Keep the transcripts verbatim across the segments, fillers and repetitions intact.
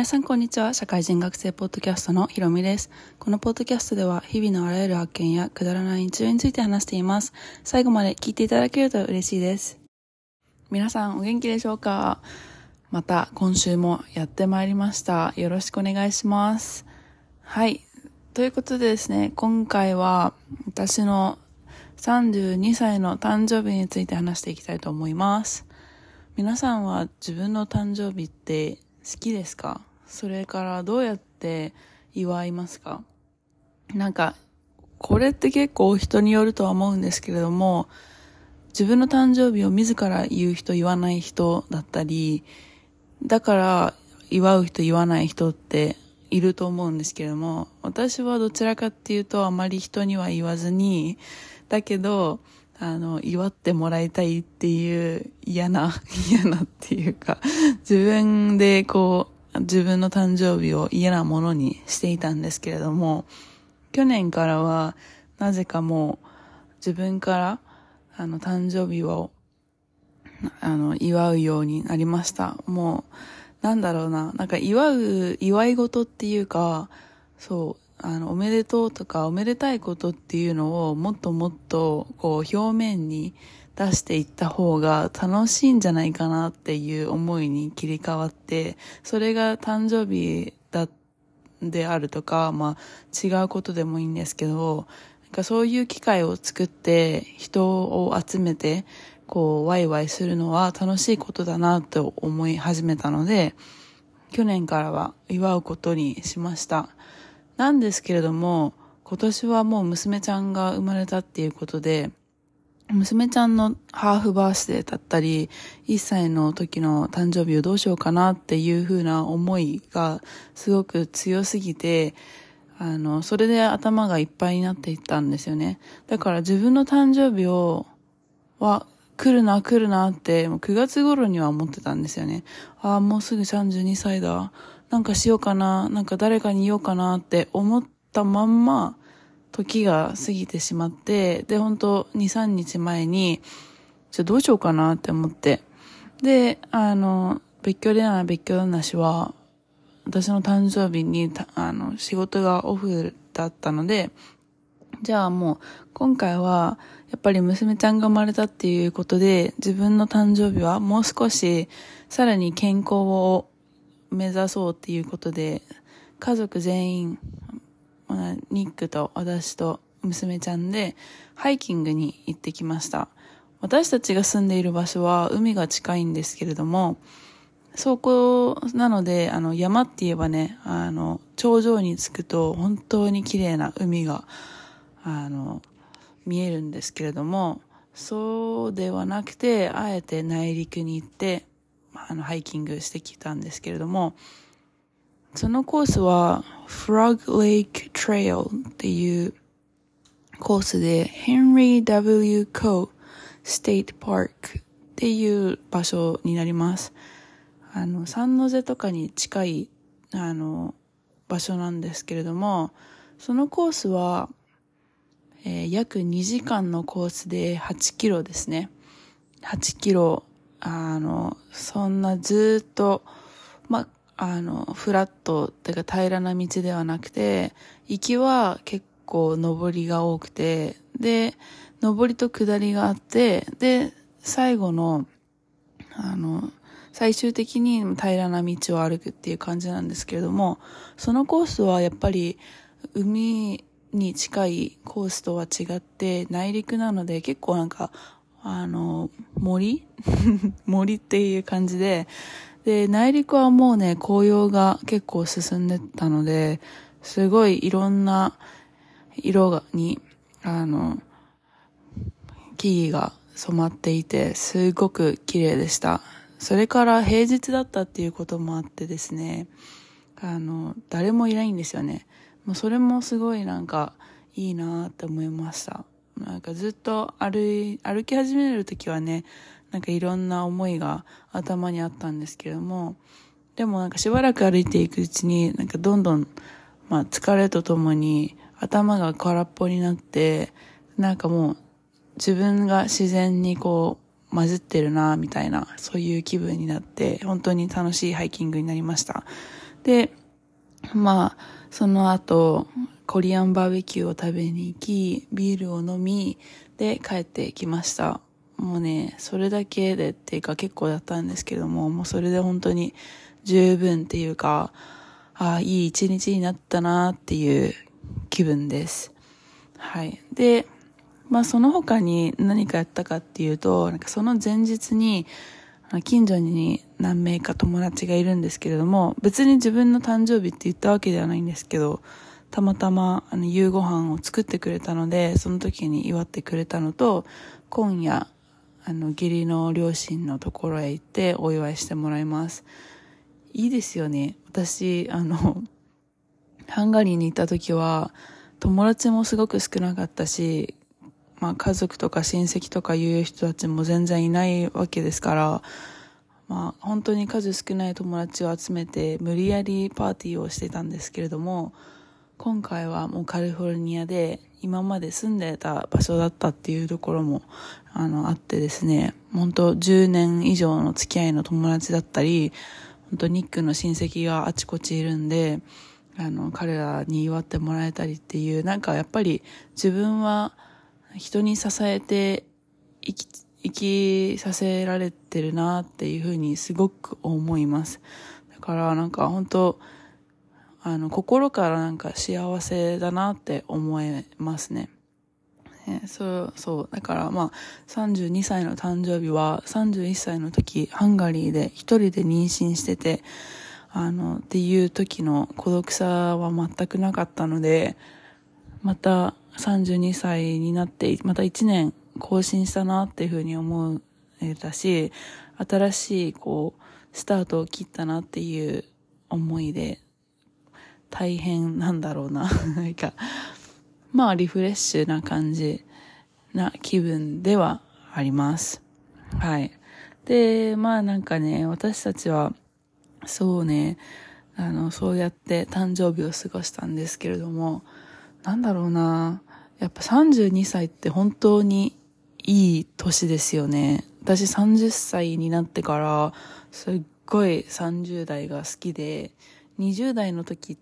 皆さんこんにちは。社会人学生ポッドキャストのひろみです。このポッドキャストでは日々のあらゆる発見やくだらない日常について話しています。最後まで聞いていただけると嬉しいです。皆さんお元気でしょうか？また今週もやってまいりました。よろしくお願いします。はい。ということでですね、今回は私のさんじゅうにさいの誕生日について話していきたいと思います。皆さんは自分の誕生日って好きですか？それからどうやって祝いますか？なんかこれって結構人によるとは思うんですけれども、自分の誕生日を自ら言う人言わない人だったり、だから祝う人言わない人っていると思うんですけれども、私はどちらかっていうとあまり人には言わずに、だけどあの祝ってもらいたいっていう嫌な嫌なっていうか、自分でこう自分の誕生日を嫌なものにしていたんですけれども、去年からはなぜかもう自分からあの誕生日をあの祝うようになりました。もうなんだろうな、なんか祝う祝い事っていうか、そうあのおめでとうとかおめでたいことっていうのをもっともっとこう表面に出していった方が楽しいんじゃないかなっていう思いに切り替わって、それが誕生日だであるとか、まあ違うことでもいいんですけど、なんかそういう機会を作って人を集めてこうワイワイするのは楽しいことだなと思い始めたので、去年からは祝うことにしました。なんですけれども、今年はもう娘ちゃんが生まれたっていうことで、娘ちゃんのハーフバースデーだったり、いっさいの時の誕生日をどうしようかなっていう風な思いがすごく強すぎて、あの、それで頭がいっぱいになっていったんですよね。だから自分の誕生日を、は、来るな来るなって、もうくがつ頃には思ってたんですよね。ああ、もうすぐさんじゅうにさいだ。なんかしようかな、なんか誰かに言おうかなって思ったまんま、時が過ぎてしまって、で、ほんとに、さんにちまえに、じゃあどうしようかなって思って。で、あの、別居恋愛別居旦那氏は、私の誕生日に、あの、仕事がオフだったので、じゃあもう、今回は、やっぱり娘ちゃんが生まれたっていうことで、自分の誕生日はもう少し、さらに健康を目指そうっていうことで、家族全員、ニックと私と娘ちゃんでハイキングに行ってきました。私たちが住んでいる場所は海が近いんですけれども、そこなので、あの山って言えばね、あの頂上に着くと本当に綺麗な海があの見えるんですけれども、そうではなくて、あえて内陸に行ってあのハイキングしてきたんですけれども、そのコースは Frog Lake Trail っていうコースで Henry W. Coe State Park っていう場所になります。あのサンノゼとかに近いあの場所なんですけれども、そのコースは、えー、約にじかんのコースではちキロですね。はちキロ、あのそんなずっとまああの、フラットってか平らな道ではなくて、行きは結構上りが多くて、で、上りと下りがあって、で、最後の、あの、最終的に平らな道を歩くっていう感じなんですけれども、そのコースはやっぱり海に近いコースとは違って内陸なので、結構なんか、あの、森森っていう感じで、で、内陸はもうね、紅葉が結構進んでたので、すごいいろんな色がに、あの、木々が染まっていて、すごく綺麗でした。それから平日だったっていうこともあってですね、あの、誰もいないんですよね。もうそれもすごいなんかいいなって思いました。なんかずっと歩い、歩き始めるときはね、なんかいろんな思いが頭にあったんですけれども、でもなんかしばらく歩いていくうちに、なんかどんどん、まあ疲れとともに頭が空っぽになって、なんかもう自分が自然にこう混じってるなみたいな、そういう気分になって、本当に楽しいハイキングになりました。 で、まあ、その後、コリアンバーベキューを食べに行き、ビールを飲み、で、帰ってきました。もうね、それだけでっていうか結構だったんですけども、もうそれで本当に十分っていうか、ああ、いい一日になったなっていう気分です。はい。で、まあその他に何かやったかっていうと、なんかその前日に、近所に何名か友達がいるんですけれども、別に自分の誕生日って言ったわけではないんですけど、たまたまあの夕ご飯を作ってくれたので、その時に祝ってくれたのと、今夜、あの義理の両親のところへ行ってお祝いしてもらいます。いいですよね。私、あの、ハンガリーに行った時は、友達もすごく少なかったし、まあ家族とか親戚とかいう人たちも全然いないわけですから、まあ本当に数少ない友達を集めて無理やりパーティーをしてたんですけれども、今回はもうカリフォルニアで今まで住んでた場所だったっていうところもあのあってですね、本当じゅうねん以上の付き合いの友達だったり、本当ニックの親戚があちこちいるんで、あの彼らに祝ってもらえたりっていう、なんかやっぱり自分は人に支えて生き、生きさせられてるなっていうふうにすごく思います。だからなんか本当、あの、心からなんか幸せだなって思えますね。ね、そう、そう。だからまあ、さんじゅうにさいの誕生日はさんじゅういっさいの時、ハンガリーで一人で妊娠してて、あの、っていう時の孤独さは全くなかったので、またさんじゅうにさいになって、またいちねん更新したなっていうふうに思えたし、新しいこう、スタートを切ったなっていう思いで、大変なんだろうな。なんか、まあリフレッシュな感じな気分ではあります。はい。で、まあなんかね、私たちは、そうね、あの、そうやって誕生日を過ごしたんですけれども、なんだろうな、やっぱさんじゅうにさいって本当にいい年ですよね。私さんじゅっさいになってから、すっごいさんじゅう代が好きで、にじゅう代の時って、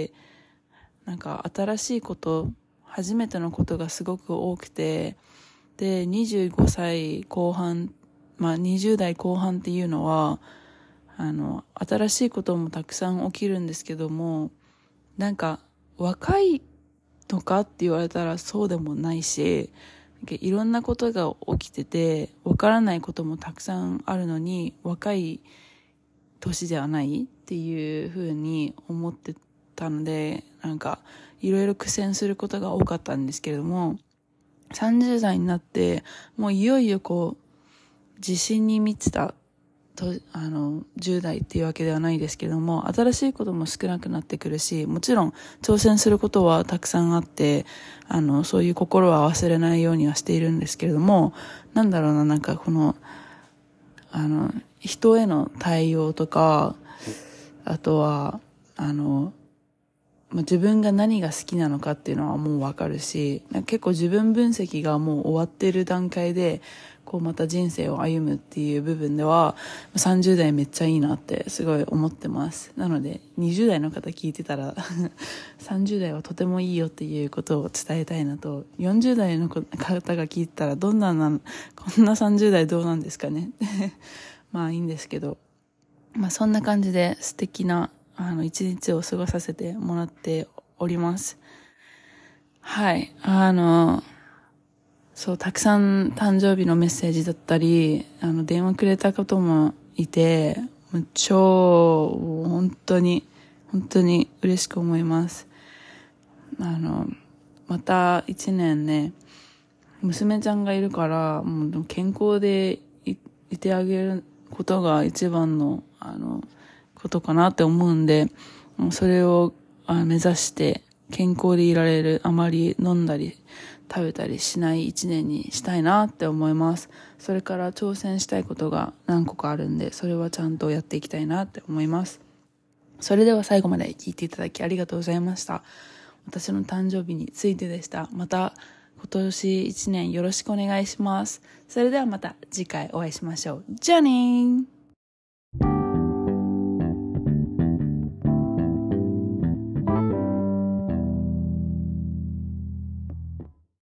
なんか新しいこと、初めてのことがすごく多くて、で、にじゅうごさいこう半、まあにじゅう代後半っていうのは、あの、新しいこともたくさん起きるんですけども、なんか若いのかって言われたらそうでもないし、いろんなことが起きてて、わからないこともたくさんあるのに、若い年ではないっていうふうに思ってたので、なんかいろいろ苦戦することが多かったんですけれども、さんじゅう代になってもういよいよこう自信に満ちたとあのじゅう代っていうわけではないですけれども、新しいことも少なくなってくるし、もちろん挑戦することはたくさんあって、あのそういう心は忘れないようにはしているんですけれども、なんだろうな、なんかこのあの人への対応とか、あとはあの自分が何が好きなのかっていうのはもうわかるし、結構自分分析がもう終わってる段階でこうまた人生を歩むっていう部分ではさんじゅう代めっちゃいいなってすごい思ってます。なのでにじゅう代の方聞いてたらさんじゅう代はとてもいいよっていうことを伝えたいなと、よんじゅう代の方が聞いてたらどんななこんなさんじゅう代どうなんですかねまあいいんですけど、まあそんな感じで素敵なあの一日を過ごさせてもらっております。はい。あの、そう、たくさん誕生日のメッセージだったり、あの、電話くれたこともいて、もう超、本当に、本当に嬉しく思います。あの、また一年ね、娘ちゃんがいるから、もう健康で い, いてあげることが一番の、あの、ことかなって思うんで、それを目指して健康でいられる、あまり飲んだり食べたりしない一年にしたいなって思います。それから挑戦したいことが何個かあるんで、それはちゃんとやっていきたいなって思います。それでは最後まで聞いていただきありがとうございました。私の誕生日についてでした。また今年一年よろしくお願いします。それではまた次回お会いしましょう。じゃあねー。